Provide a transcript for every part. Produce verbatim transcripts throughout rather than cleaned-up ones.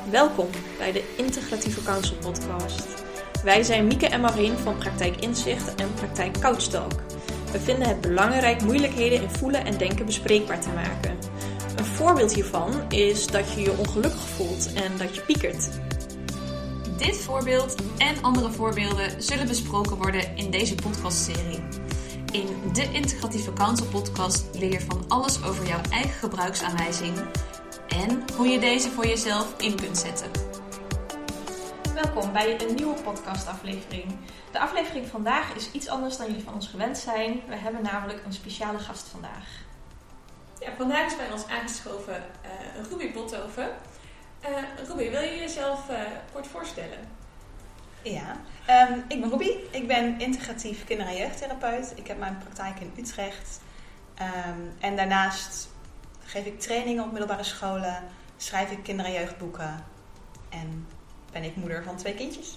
Welkom bij de Integratieve Counsel podcast. Wij zijn Mieke en Maureen van Praktijk Inzicht en Praktijk Couch Talk. We vinden het belangrijk moeilijkheden in voelen en denken bespreekbaar te maken. Een voorbeeld hiervan is dat je je ongelukkig voelt en dat je piekert. Dit voorbeeld en andere voorbeelden zullen besproken worden in deze podcastserie. In de Integratieve Counsel podcast leer je van alles over jouw eigen gebruiksaanwijzing en hoe je deze voor jezelf in kunt zetten. Welkom bij een nieuwe podcastaflevering. De aflevering vandaag is iets anders dan jullie van ons gewend zijn. We hebben namelijk een speciale gast vandaag. Ja, vandaag is bij ons aangeschoven uh, Ruby Bothoven. Uh, Ruby, wil je jezelf uh, kort voorstellen? Ja, um, ik ben Ruby. Ik ben integratief kinder- en jeugdtherapeut. Ik heb mijn praktijk in Utrecht. Um, en daarnaast geef ik trainingen op middelbare scholen, schrijf ik kinder- en jeugdboeken en ben ik moeder van twee kindjes.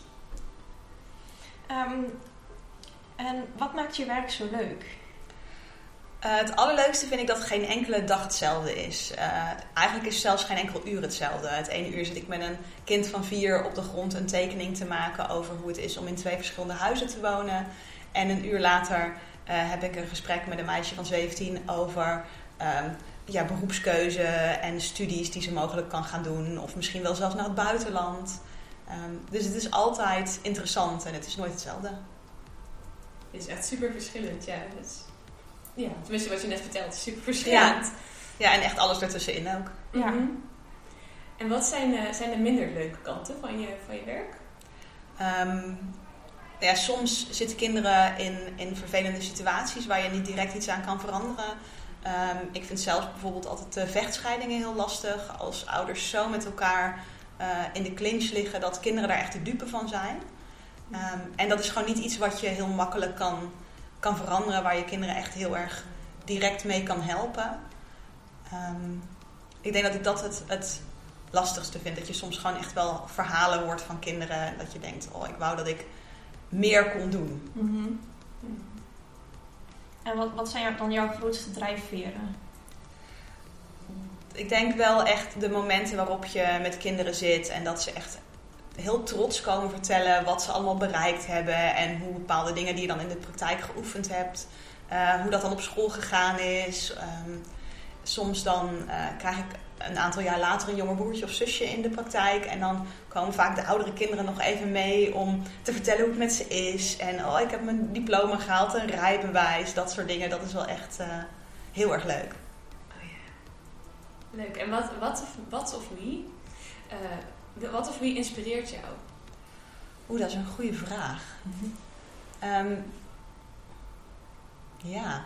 Um, en wat maakt je werk zo leuk? Uh, het allerleukste vind ik dat geen enkele dag hetzelfde is. Uh, eigenlijk is zelfs geen enkel uur hetzelfde. Het ene uur zit ik met een kind van vier op de grond een tekening te maken over hoe het is om in twee verschillende huizen te wonen. En een uur later uh, heb ik een gesprek met een meisje van zeventien over um, ja, beroepskeuze en studies die ze mogelijk kan gaan doen. Of misschien wel zelfs naar het buitenland. Um, dus het is altijd interessant en het is nooit hetzelfde. Het is echt super verschillend, ja. Dat is... Ja, tenminste wat je net vertelt, is super verschillend. Ja, ja en echt alles ertussenin ook. Ja. Mm-hmm. En wat zijn, uh, zijn de minder leuke kanten van je, van je werk? Um, ja, soms zitten kinderen in, in vervelende situaties waar je niet direct iets aan kan veranderen. Um, ik vind zelf bijvoorbeeld altijd de vechtscheidingen heel lastig. Als ouders zo met elkaar uh, in de clinch liggen dat kinderen daar echt de dupe van zijn. Um, en dat is gewoon niet iets wat je heel makkelijk kan... kan veranderen, waar je kinderen echt heel erg direct mee kan helpen. Um, ik denk dat ik dat het, het lastigste vind. Dat je soms gewoon echt wel verhalen hoort van kinderen. En dat je denkt, oh, ik wou dat ik meer kon doen. Mm-hmm. En wat, wat zijn dan jouw grootste drijfveren? Ik denk wel echt de momenten waarop je met kinderen zit en dat ze echt heel trots komen vertellen wat ze allemaal bereikt hebben en hoe bepaalde dingen die je dan in de praktijk geoefend hebt, uh, hoe dat dan op school gegaan is. Um, soms dan uh, krijg ik een aantal jaar later een jonger broertje of zusje in de praktijk en dan komen vaak de oudere kinderen nog even mee om te vertellen hoe het met ze is. En oh, ik heb mijn diploma gehaald, een rijbewijs, dat soort dingen. Dat is wel echt uh, heel erg leuk. Oh ja. Leuk. En wat, wat, of, wat of wie... Uh, Wat of wie inspireert jou? Oeh, dat is een goede vraag. Mm-hmm. Um, ja.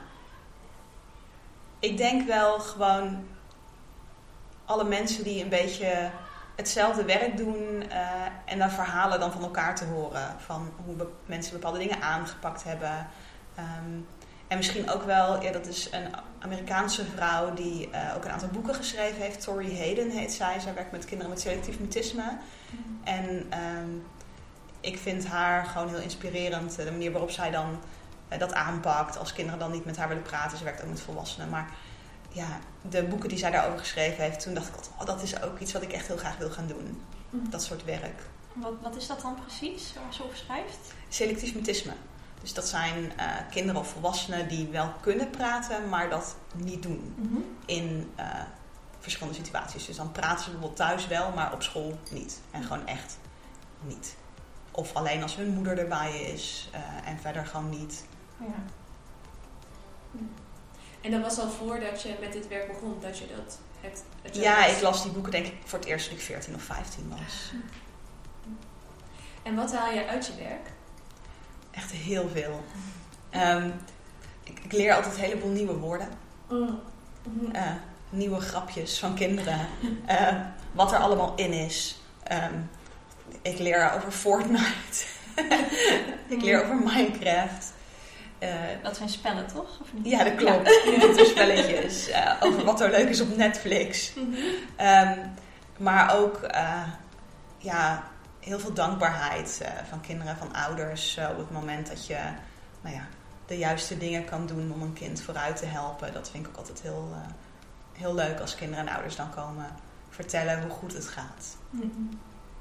Ik denk wel gewoon alle mensen die een beetje hetzelfde werk doen uh, en dan verhalen dan van elkaar te horen. Van hoe be- mensen bepaalde dingen aangepakt hebben. Um, en misschien ook wel, ja, dat is een Amerikaanse vrouw die uh, ook een aantal boeken geschreven heeft. Tori Hayden heet zij. Zij werkt met kinderen met selectief mutisme. Mm-hmm. En um, ik vind haar gewoon heel inspirerend. De manier waarop zij dan uh, dat aanpakt. Als kinderen dan niet met haar willen praten. Ze werkt ook met volwassenen. Maar ja, de boeken die zij daarover geschreven heeft. Toen dacht ik, oh, dat is ook iets wat ik echt heel graag wil gaan doen. Mm-hmm. Dat soort werk. Wat, wat is dat dan precies waar ze over schrijft? Selectief mutisme. Dus dat zijn uh, kinderen of volwassenen die wel kunnen praten, maar dat niet doen mm-hmm. in uh, verschillende situaties. Dus dan praten ze bijvoorbeeld thuis wel, maar op school niet. En gewoon echt niet. Of alleen als hun moeder erbij is uh, en verder gewoon niet. Ja. En dat was al voordat je met dit werk begon, dat je dat hebt... Het ja, ik las die boeken denk ik voor het eerst toen ik veertien of vijftien was. En wat haal je uit je werk? Echt heel veel. Um, ik, ik leer altijd een heleboel nieuwe woorden. Mm. Uh, nieuwe grapjes van kinderen. Uh, wat er allemaal in is. Um, ik leer over Fortnite. Ik leer over Minecraft. Uh, dat zijn spellen, toch? Of niet? Ja, dat klopt. Ja. Dat zijn spelletjes. Uh, over wat er leuk is op Netflix. Mm-hmm. Um, maar ook... Uh, ja... heel veel dankbaarheid uh, van kinderen, van ouders. Uh, op het moment dat je nou ja, de juiste dingen kan doen om een kind vooruit te helpen. Dat vind ik ook altijd heel, uh, heel leuk als kinderen en ouders dan komen vertellen hoe goed het gaat. Mm-hmm.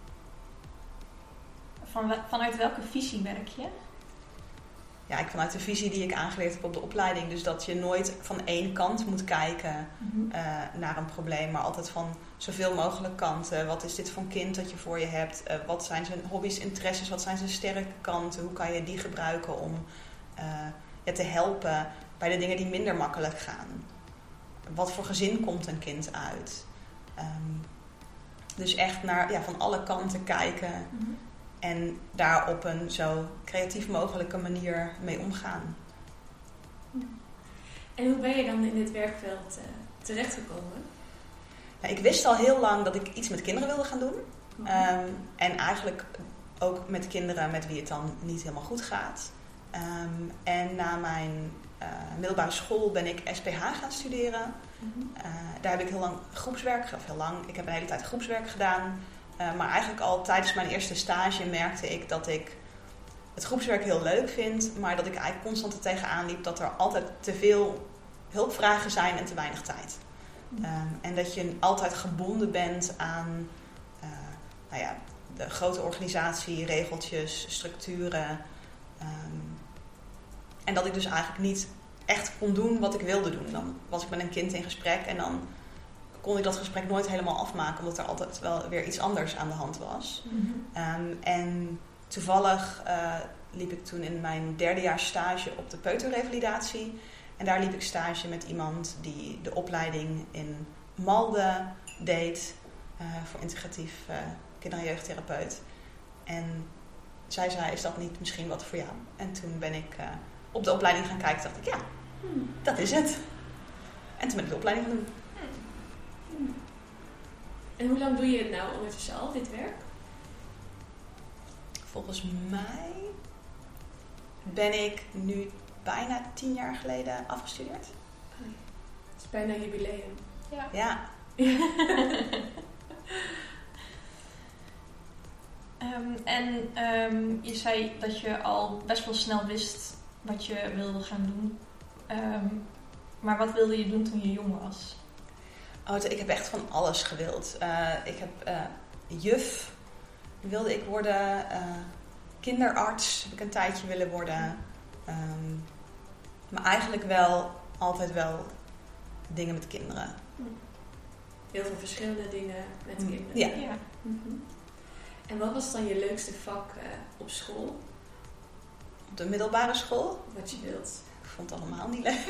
Van, vanuit welke visie werk je? Ja, ik vanuit de visie die ik aangeleerd heb op de opleiding. Dus dat je nooit van één kant moet kijken Mm-hmm. uh, naar een probleem, maar altijd van zoveel mogelijk kanten. Wat is dit voor een kind dat je voor je hebt? Uh, wat zijn zijn hobby's, interesses? Wat zijn zijn sterke kanten? Hoe kan je die gebruiken om uh, je te helpen bij de dingen die minder makkelijk gaan? Wat voor gezin komt een kind uit? Um, dus echt naar ja, van alle kanten kijken. Mm-hmm. En daar op een zo creatief mogelijke manier mee omgaan. En hoe ben je dan in dit werkveld uh, terechtgekomen? Ja, ik wist al heel lang dat ik iets met kinderen wilde gaan doen. Mm-hmm. Um, en eigenlijk ook met kinderen met wie het dan niet helemaal goed gaat. Um, en na mijn uh, middelbare school ben ik S P H gaan studeren. Mm-hmm. Uh, daar heb ik heel lang groepswerk, of heel lang, ik heb een hele tijd groepswerk gedaan. Uh, maar eigenlijk al tijdens mijn eerste stage merkte ik dat ik het groepswerk heel leuk vind, maar dat ik eigenlijk constant er tegenaan liep dat er altijd te veel hulpvragen zijn en te weinig tijd. Um, en dat je altijd gebonden bent aan uh, nou ja, de grote organisatie, regeltjes, structuren. Um, en dat ik dus eigenlijk niet echt kon doen wat ik wilde doen. Dan was ik met een kind in gesprek en dan kon ik dat gesprek nooit helemaal afmaken, omdat er altijd wel weer iets anders aan de hand was. Mm-hmm. Um, en toevallig uh, liep ik toen in mijn derde jaar stage op de peuterrevalidatie. En daar liep ik stage met iemand die de opleiding in Malde deed uh, voor integratief uh, kinder- en jeugdtherapeut. En zij zei, is dat niet misschien wat voor jou? En toen ben ik uh, op de opleiding gaan kijken en dacht ik, ja, Hmm. dat is het. En toen ben ik de opleiding gaan doen. Hmm. En hoe lang doe je het nou ondertussen al, dit werk? Volgens mij ben ik nu bijna tien jaar geleden afgestudeerd. Oh, het is bijna jubileum. Ja. Ja. um, en um, je zei dat je al best wel snel wist wat je wilde gaan doen. Um, maar wat wilde je doen toen je jong was? Oh, ik heb echt van alles gewild. Uh, ik heb uh, juf wilde ik worden. Uh, kinderarts heb ik een tijdje willen worden. Um, maar eigenlijk wel altijd wel dingen met kinderen. Heel veel verschillende dingen met Mm. kinderen. Ja. Ja. Mm-hmm. En wat was dan je leukste vak uh, op school? Op de middelbare school. Wat je wilt. Ik vond het allemaal niet leuk.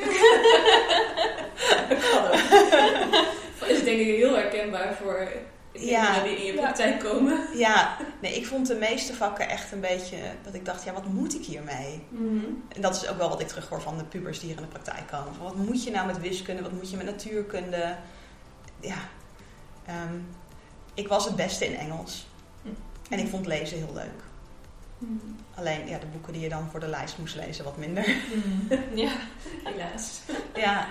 Dat kan ook. Dat is denk ik heel herkenbaar voor kinderen Ja. die in je Ja. praktijk komen. Ja, nee, ik vond de meeste vakken echt een beetje dat ik dacht, ja, wat moet ik hiermee? Mm-hmm. En dat is ook wel wat ik terughoor van de pubers die hier in de praktijk komen. Van, wat moet je nou met wiskunde? Wat moet je met natuurkunde? Ja, um, ik was het beste in Engels. En ik vond lezen heel leuk. Mm-hmm. Alleen, ja, de boeken die je dan voor de lijst moest lezen, wat minder. Mm. Ja. Helaas. Ja,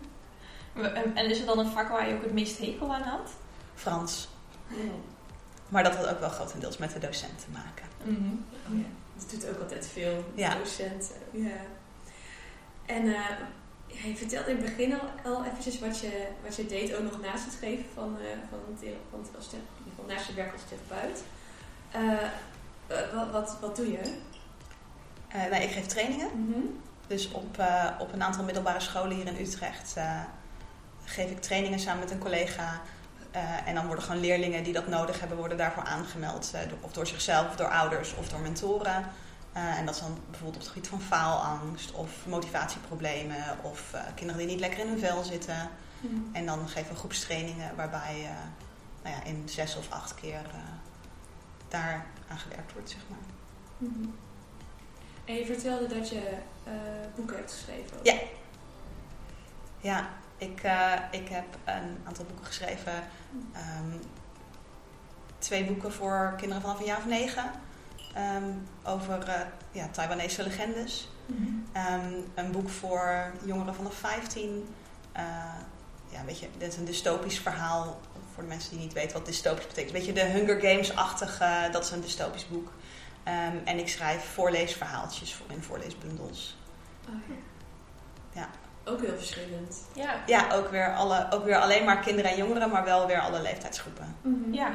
En, en is er dan een vak waar je ook het meest hekel aan had? Frans. Mm. Maar dat had ook wel grotendeels met de docent te maken. Mm. Oh ja, dat doet ook altijd veel Ja. docenten. Ja. En uh, ja, je vertelde in het begin al, al eventjes wat je, wat je deed, ook nog naast het geven van, uh, van, van, als thera- van naast je werk als therapeut. Uh, uh, wat, wat, wat doe je? Uh, nou, ik geef trainingen. Mm-hmm. Dus op, uh, op een aantal middelbare scholen hier in Utrecht uh, geef ik trainingen samen met een collega. Uh, en dan worden gewoon leerlingen die dat nodig hebben, worden daarvoor aangemeld. Uh, door, of door zichzelf, of door ouders, of door mentoren. Uh, en dat is dan bijvoorbeeld op het gebied van faalangst, of motivatieproblemen, of uh, kinderen die niet lekker in hun vel zitten. Mm-hmm. En dan geven we groepstrainingen waarbij uh, nou ja, in zes of acht keer uh, daar aan gewerkt wordt, zeg maar. Mm-hmm. En je vertelde dat je uh, boeken hebt geschreven. Ja. Ja, ik, uh, ik heb een aantal boeken geschreven. Um, twee boeken voor kinderen vanaf een jaar of negen. Um, over uh, ja, Taiwanese legendes. Mm-hmm. Um, een boek voor jongeren vanaf vijftien. Uh, ja, weet je, dit is een dystopisch verhaal. Voor de mensen die niet weten wat dystopisch betekent. Een beetje de Hunger Games-achtige, dat is een dystopisch boek. Um, en ik schrijf voorleesverhaaltjes voor in voorleesbundels. Oh, ja. Ja. Ook heel verschillend. Ja. Ja, ook weer, alle, ook weer alleen maar kinderen en jongeren, maar wel weer alle leeftijdsgroepen. Mm-hmm. Ja.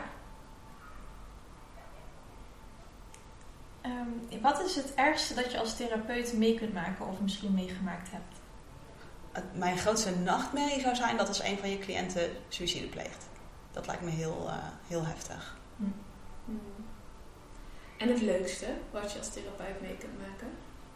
Um, wat is het ergste dat je als therapeut mee kunt maken of misschien meegemaakt hebt? Het, mijn grootste nachtmerrie zou zijn dat als een van je cliënten suïcide pleegt. Dat lijkt me heel, uh, heel heftig. Mm. En het leukste wat je als therapeut mee kunt maken?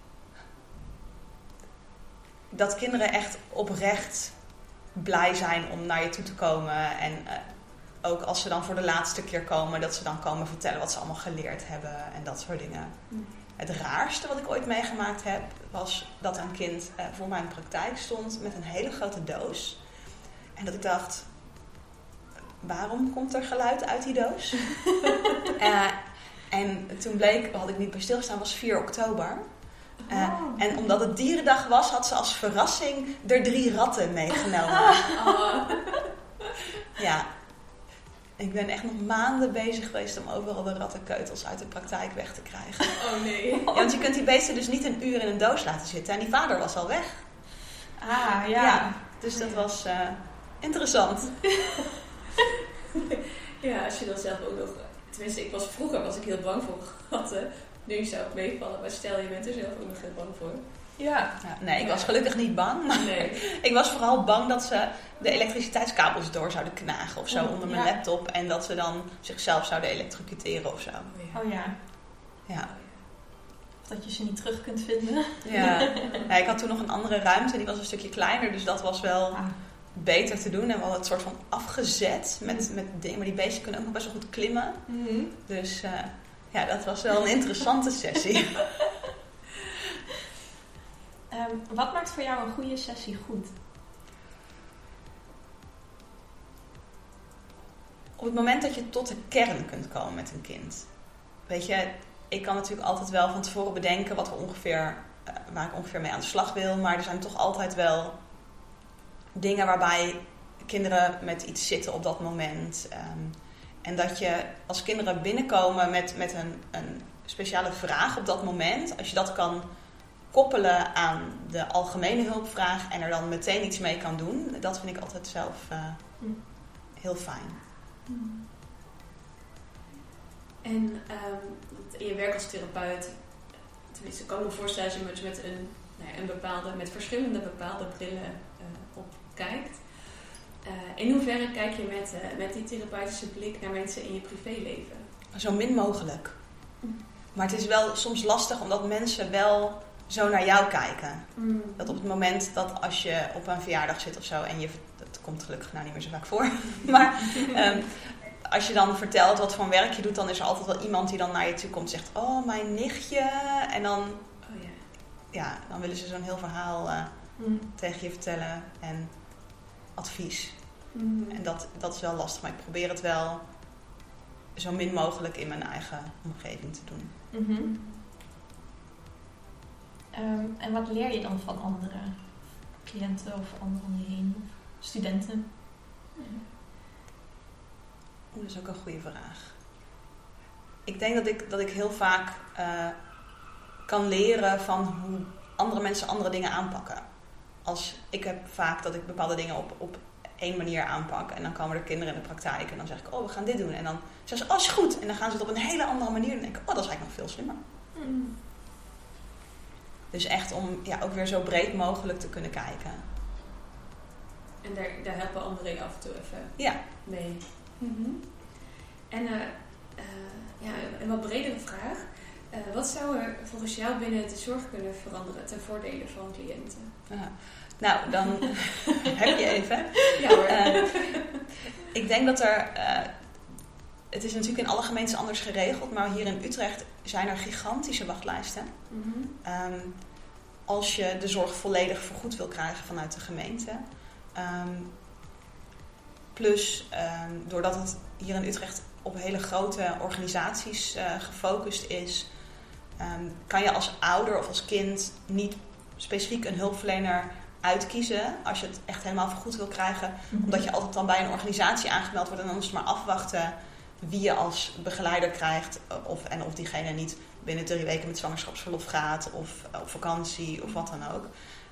Dat kinderen echt oprecht blij zijn om naar je toe te komen. En uh, ook als ze dan voor de laatste keer komen, dat ze dan komen vertellen wat ze allemaal geleerd hebben en dat soort dingen. Mm. Het raarste wat ik ooit meegemaakt heb, was dat een kind uh, voor mijn praktijk stond met een hele grote doos. En dat ik dacht, waarom komt er geluid uit die doos? uh, en toen bleek, had ik niet bij stilgestaan, was vier oktober. Uh, oh. En omdat het dierendag was, had ze als verrassing er drie ratten meegenomen. Oh. Ja. Ik ben echt nog maanden bezig geweest om overal de rattenkeutels uit de praktijk weg te krijgen. Oh nee. Ja, want je kunt die beesten dus niet een uur in een doos laten zitten. En die vader was al weg. Ah, ja. ja dus dat was uh, interessant. Ja, als je dan zelf ook nog... Tenminste, ik was, vroeger was ik heel bang voor ratten. Nu zou het meevallen, maar stel je bent er zelf ook nog heel bang voor. Ja. ja nee, ik was gelukkig niet bang. Maar nee. Ik was vooral bang dat ze de elektriciteitskabels door zouden knagen of zo oh, onder mijn ja. laptop. En dat ze dan zichzelf zouden elektrocuteren of zo. Oh ja. Oh ja. Ja. Of dat je ze niet terug kunt vinden. Ja. ja. Ik had toen nog een andere ruimte, die was een stukje kleiner. Dus dat was wel ah. beter te doen. En we hadden het soort van afgezet met, met dingen. Maar die beesten kunnen ook nog best wel goed klimmen. Mm-hmm. Dus... Uh, ja, dat was wel een interessante sessie. um, wat maakt voor jou een goede sessie goed? Op het moment dat je tot de kern kunt komen met een kind. Weet je, ik kan natuurlijk altijd wel van tevoren bedenken wat we ongeveer, uh, waar ik ongeveer mee aan de slag wil. Maar er zijn toch altijd wel dingen waarbij kinderen met iets zitten op dat moment. Um, En dat je als kinderen binnenkomen met, met een, een speciale vraag op dat moment, als je dat kan koppelen aan de algemene hulpvraag en er dan meteen iets mee kan doen, dat vind ik altijd zelf uh, mm. heel fijn. Mm. En um, je werkt als therapeut, tenminste ik kan me voorstellen dat je met een, nou ja, een bepaalde, met verschillende bepaalde brillen uh, op kijkt. Uh, in hoeverre kijk je met, uh, met die therapeutische blik naar mensen in je privéleven? Zo min mogelijk. Maar het is wel soms lastig omdat mensen wel zo naar jou kijken. Mm. Dat op het moment dat als je op een verjaardag zit of zo en je... Dat komt gelukkig nou niet meer zo vaak voor. Maar um, als je dan vertelt wat voor werk je doet, dan is er altijd wel iemand die dan naar je toe komt en zegt... Oh, mijn nichtje. En dan... Oh, yeah. Ja, dan willen ze zo'n heel verhaal uh, mm. tegen je vertellen en... advies. Mm. En dat, dat is wel lastig, maar ik probeer het wel zo min mogelijk in mijn eigen omgeving te doen. Mm-hmm. Um, en wat leer je dan van andere cliënten of anderen om je heen? Of studenten? Mm. Dat is ook een goede vraag. Ik denk dat ik, dat ik heel vaak uh, kan leren van hoe andere mensen andere dingen aanpakken. Als, ik heb vaak dat ik bepaalde dingen op, op één manier aanpak. En dan komen er kinderen in de praktijk. En dan zeg ik, oh, we gaan dit doen. En dan zeggen ze, oh, is goed. En dan gaan ze het op een hele andere manier doen. En dan denk ik, oh, dat is eigenlijk nog veel slimmer. Mm. Dus echt om ja, ook weer zo breed mogelijk te kunnen kijken. En daar, daar helpen anderen je af en toe even ja. mee. Mm-hmm. En uh, uh, ja, een wat bredere vraag. Uh, wat zou er volgens jou binnen de zorg kunnen veranderen ten voordele van cliënten? Ja. Nou, dan heb je even. Ja hoor. Uh, ik denk dat er... Uh, het is natuurlijk in alle gemeentes anders geregeld, maar hier in Utrecht zijn er gigantische wachtlijsten. Mm-hmm. Um, als je de zorg volledig vergoed wil krijgen vanuit de gemeente. Um, plus, um, doordat het hier in Utrecht op hele grote organisaties uh, gefocust is, um, kan je als ouder of als kind niet specifiek een hulpverlener uitkiezen als je het echt helemaal vergoed wil krijgen. Mm-hmm. Omdat je altijd dan bij een organisatie aangemeld wordt en dan is het maar afwachten wie je als begeleider krijgt of, en of diegene niet binnen drie weken met zwangerschapsverlof gaat of op vakantie of wat dan ook.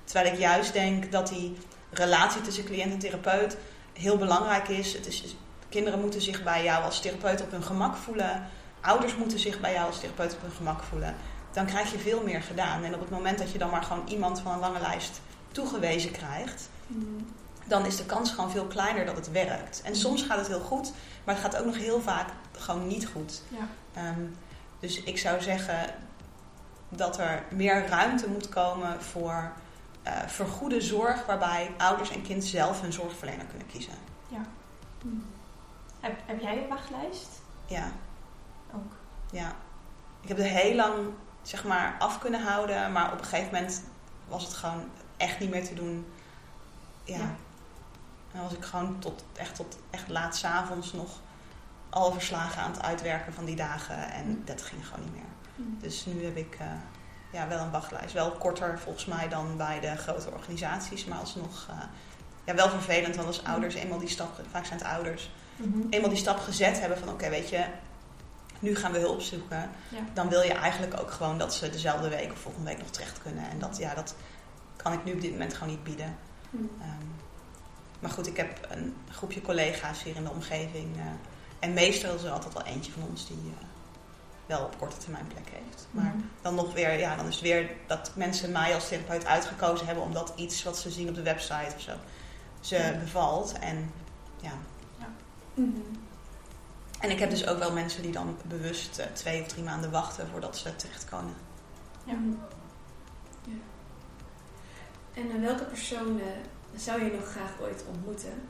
Terwijl ik juist denk dat die relatie tussen cliënt en therapeut heel belangrijk is. Het is kinderen moeten zich bij jou als therapeut op hun gemak voelen. Ouders moeten zich bij jou als therapeut op hun gemak voelen. Dan krijg je veel meer gedaan. En op het moment dat je dan maar gewoon iemand van een lange lijst toegewezen krijgt, mm. dan is de kans gewoon veel kleiner dat het werkt. En soms gaat het heel goed, maar het gaat ook nog heel vaak gewoon niet goed. Ja. Um, dus ik zou zeggen dat er meer ruimte moet komen voor uh, vergoede zorg, waarbij ouders en kind zelf hun zorgverlener kunnen kiezen. Ja. Mm. Heb, heb jij een wachtlijst? Ja. Ook? Ja. Ik heb er heel lang, zeg maar, af kunnen houden, maar op een gegeven moment was het gewoon echt niet meer te doen. Ja. ja. Dan was ik gewoon tot echt, tot echt laat 's avonds nog alle verslagen aan het uitwerken van die dagen. En mm. dat ging gewoon niet meer. Mm. Dus nu heb ik uh, ja, wel een wachtlijst. Wel korter volgens mij dan bij de grote organisaties. Maar alsnog uh, ja, wel vervelend. Want als ouders mm. eenmaal die stap, vaak zijn het ouders, mm-hmm. eenmaal die stap gezet hebben van oké, okay, weet je, nu gaan we hulp zoeken. Ja. Dan wil je eigenlijk ook gewoon dat ze dezelfde week of volgende week nog terecht kunnen. En dat, ja, dat kan ik nu op dit moment gewoon niet bieden. Mm. Um, maar goed, ik heb een groepje collega's hier in de omgeving. Uh, en meestal is er altijd wel eentje van ons die uh, wel op korte termijn plek heeft. Maar mm. dan nog weer, ja, dan is het weer dat mensen mij als therapeut uitgekozen hebben omdat iets wat ze zien op de website of zo ze ja. bevalt. En ja. ja. Mm-hmm. En ik heb dus ook wel mensen die dan bewust uh, twee of drie maanden wachten voordat ze terechtkomen. Ja. ja. En uh, welke persoon uh, zou je nog graag ooit ontmoeten?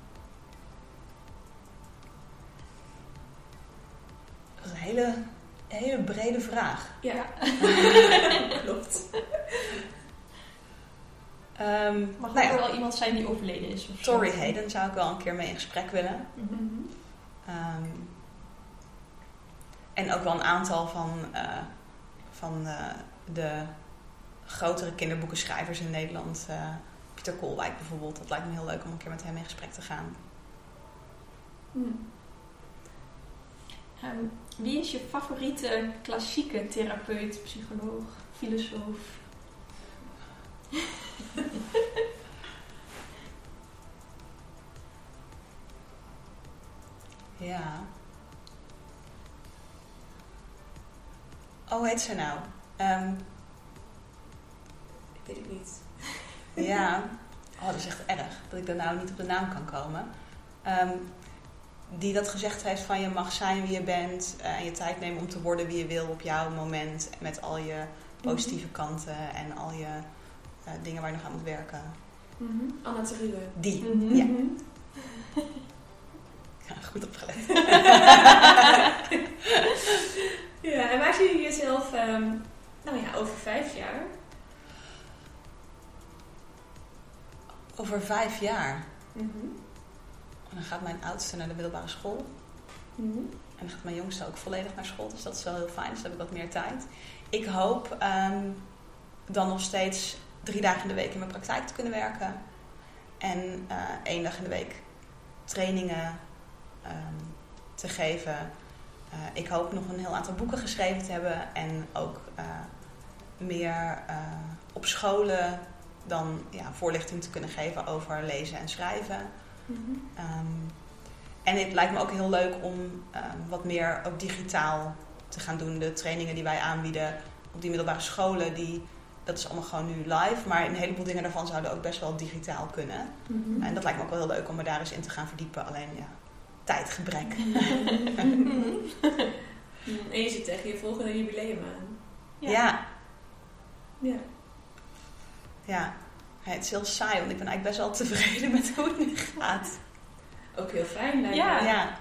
Dat is een hele, hele brede vraag. Ja, klopt. Um, Mag nou ja, er wel iemand zijn die overleden is? Of Tori Hayden zou ik wel een keer mee in gesprek willen. Mm-hmm. Um, en ook wel een aantal van, uh, van uh, de grotere kinderboekenschrijvers in Nederland. Uh, Pieter Koolwijk bijvoorbeeld. Dat lijkt me heel leuk om een keer met hem in gesprek te gaan. Hmm. Um, wie is je favoriete klassieke therapeut, psycholoog, filosoof? Ja. Oh, hoe heet ze nou? Um, ik weet het niet. Ja. Oh, dat is echt erg dat ik daar nou niet op de naam kan komen. Um, die dat gezegd heeft van je mag zijn wie je bent uh, en je tijd nemen om te worden wie je wil op jouw moment met al je positieve mm-hmm. kanten en al je uh, dingen waar je nog aan moet werken. Mm-hmm. Anna Teruwe. Die, mm-hmm. ja. Ja, goed opgelet. Ja, en waar zie je jezelf um, nou ja, over vijf jaar? Over vijf jaar? Mm-hmm. Dan gaat mijn oudste naar de middelbare school. Mm-hmm. En dan gaat mijn jongste ook volledig naar school. Dus dat is wel heel fijn. Dus dan heb ik wat meer tijd. Ik hoop um, dan nog steeds drie dagen in de week in mijn praktijk te kunnen werken. En uh, één dag in de week trainingen um, te geven. Uh, ik hoop nog een heel aantal boeken geschreven te hebben. En ook uh, meer uh, op scholen dan ja, voorlichting te kunnen geven over lezen en schrijven. Mm-hmm. Um, en het lijkt me ook heel leuk om um, wat meer ook digitaal te gaan doen. De trainingen die wij aanbieden op die middelbare scholen, die, dat is allemaal gewoon nu live. Maar een heleboel dingen daarvan zouden ook best wel digitaal kunnen. Mm-hmm. En dat lijkt me ook wel heel leuk om me daar eens in te gaan verdiepen. Alleen ja, tijdgebrek. Mm-hmm. En je zit tegen je volgende jubileum aan. Ja. Ja. Ja. Ja. Ja, het is heel saai, want ik ben eigenlijk best wel tevreden met hoe het nu gaat. Ook heel fijn, lijkt me. Ja. ja.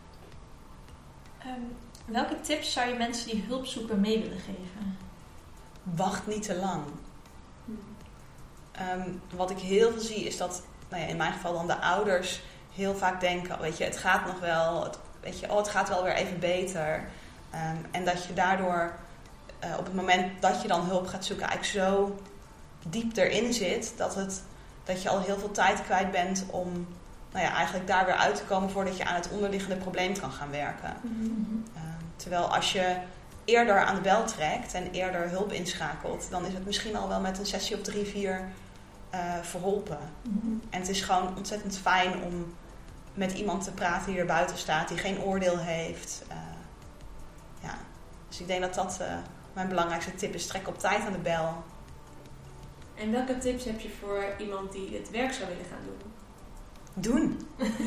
Um, welke tips zou je mensen die hulp zoeken mee willen geven? Wacht niet te lang. Hmm. Um, wat ik heel veel zie is dat, nou ja, in mijn geval dan de ouders heel vaak denken, weet je, het gaat nog wel, het, weet je, oh, het gaat wel weer even beter. Um, en dat je daardoor uh, op het moment dat je dan hulp gaat zoeken eigenlijk zo diep erin zit, dat, het, dat je al heel veel tijd kwijt bent om nou ja, eigenlijk daar weer uit te komen voordat je aan het onderliggende probleem kan gaan werken. Mm-hmm. Uh, terwijl als je eerder aan de bel trekt en eerder hulp inschakelt, dan is het misschien al wel met een sessie of drie, vier uh, verholpen. Mm-hmm. En het is gewoon ontzettend fijn om met iemand te praten die er buiten staat, die geen oordeel heeft. Uh, ja. Dus ik denk dat dat uh, mijn belangrijkste tip is. Trek op tijd aan de bel. En welke tips heb je voor iemand die het werk zou willen gaan doen? Doen.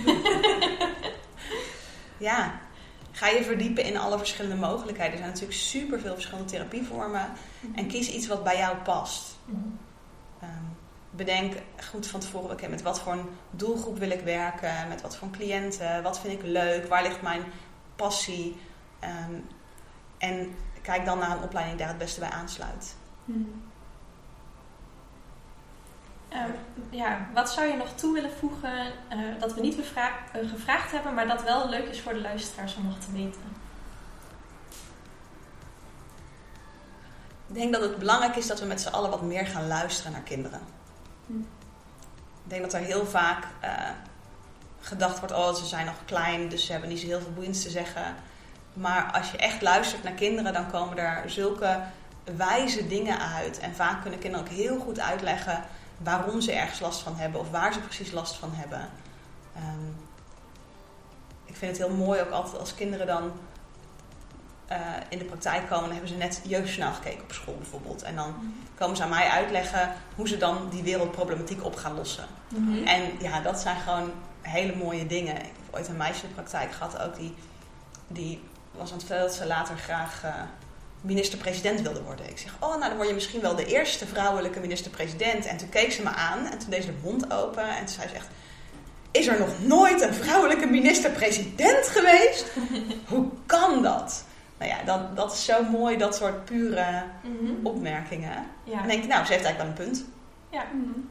Ja. Ga je verdiepen in alle verschillende mogelijkheden. Er zijn natuurlijk superveel verschillende therapievormen. Mm-hmm. En kies iets wat bij jou past. Mm-hmm. Um, bedenk goed van tevoren, okay, met wat voor een doelgroep wil ik werken, met wat voor cliënten, wat vind ik leuk, waar ligt mijn passie. Um, en kijk dan naar een opleiding die daar het beste bij aansluit. Hmm. Uh, ja, wat zou je nog toe willen voegen uh, dat we niet bevra- uh, gevraagd hebben, maar dat wel leuk is voor de luisteraars om nog te weten? Ik denk dat het belangrijk is dat we met z'n allen wat meer gaan luisteren naar kinderen. Hmm. Ik denk dat er heel vaak uh, gedacht wordt, oh, ze zijn nog klein, dus ze hebben niet zo heel veel boeiends te zeggen. Maar als je echt luistert naar kinderen, dan komen er zulke wijze dingen uit. En vaak kunnen kinderen ook heel goed uitleggen waarom ze ergens last van hebben of waar ze precies last van hebben. Um, ik vind het heel mooi ook altijd als kinderen dan uh, in de praktijk komen. Dan hebben ze net jeugdjournaal gekeken op school bijvoorbeeld. En dan mm-hmm. komen ze aan mij uitleggen hoe ze dan die wereldproblematiek op gaan lossen. Mm-hmm. En ja, dat zijn gewoon hele mooie dingen. Ik heb ooit een meisje in de praktijk gehad ook die, die was aan het vertellen dat ze later graag uh, minister-president wilde worden. Ik zeg, oh, nou dan word je misschien wel de eerste vrouwelijke minister-president. En toen keek ze me aan en toen deed ze de mond open en toen zei ze echt, is er nog nooit een vrouwelijke minister-president geweest? Hoe kan dat? Nou ja, dat, dat is zo mooi, dat soort pure mm-hmm. opmerkingen. Ja. En dan denk ik, nou, ze heeft eigenlijk wel een punt. Ja. Mm-hmm.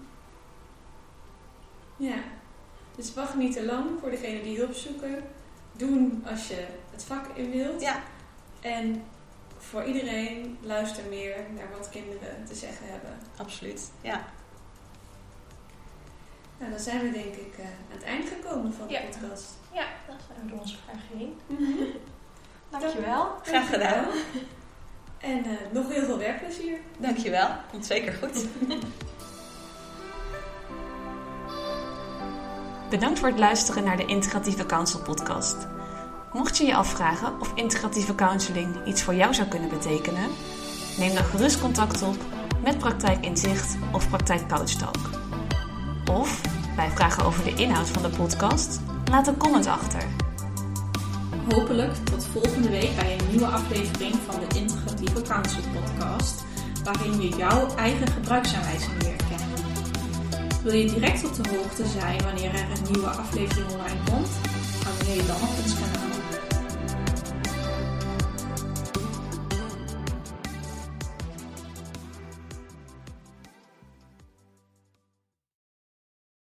Ja. Dus wacht niet te lang voor degene die hulp zoeken. Doen als je het vak in wilt. Ja. En voor iedereen luister meer naar wat kinderen te zeggen hebben. Absoluut, ja. Nou, dan zijn we denk ik uh, aan het eind gekomen van de ja. podcast. Ja, dan zijn we door onze vragen heen. Mm-hmm. Dankjewel. Graag gedaan. En uh, nog heel veel werkplezier. Dankjewel, komt zeker goed. Bedankt voor het luisteren naar de Integratieve Counsel podcast. Mocht je je afvragen of integratieve counseling iets voor jou zou kunnen betekenen, neem dan gerust contact op met Praktijk Inzicht of Praktijk Couchtalk. Of, bij vragen over de inhoud van de podcast, laat een comment achter. Hopelijk tot volgende week bij een nieuwe aflevering van de Integratieve Counsel podcast, waarin je jouw eigen gebruiksaanwijzing leert kennen. Wil je direct op de hoogte zijn wanneer er een nieuwe aflevering online komt? Abonneer je dan op ons kanaal.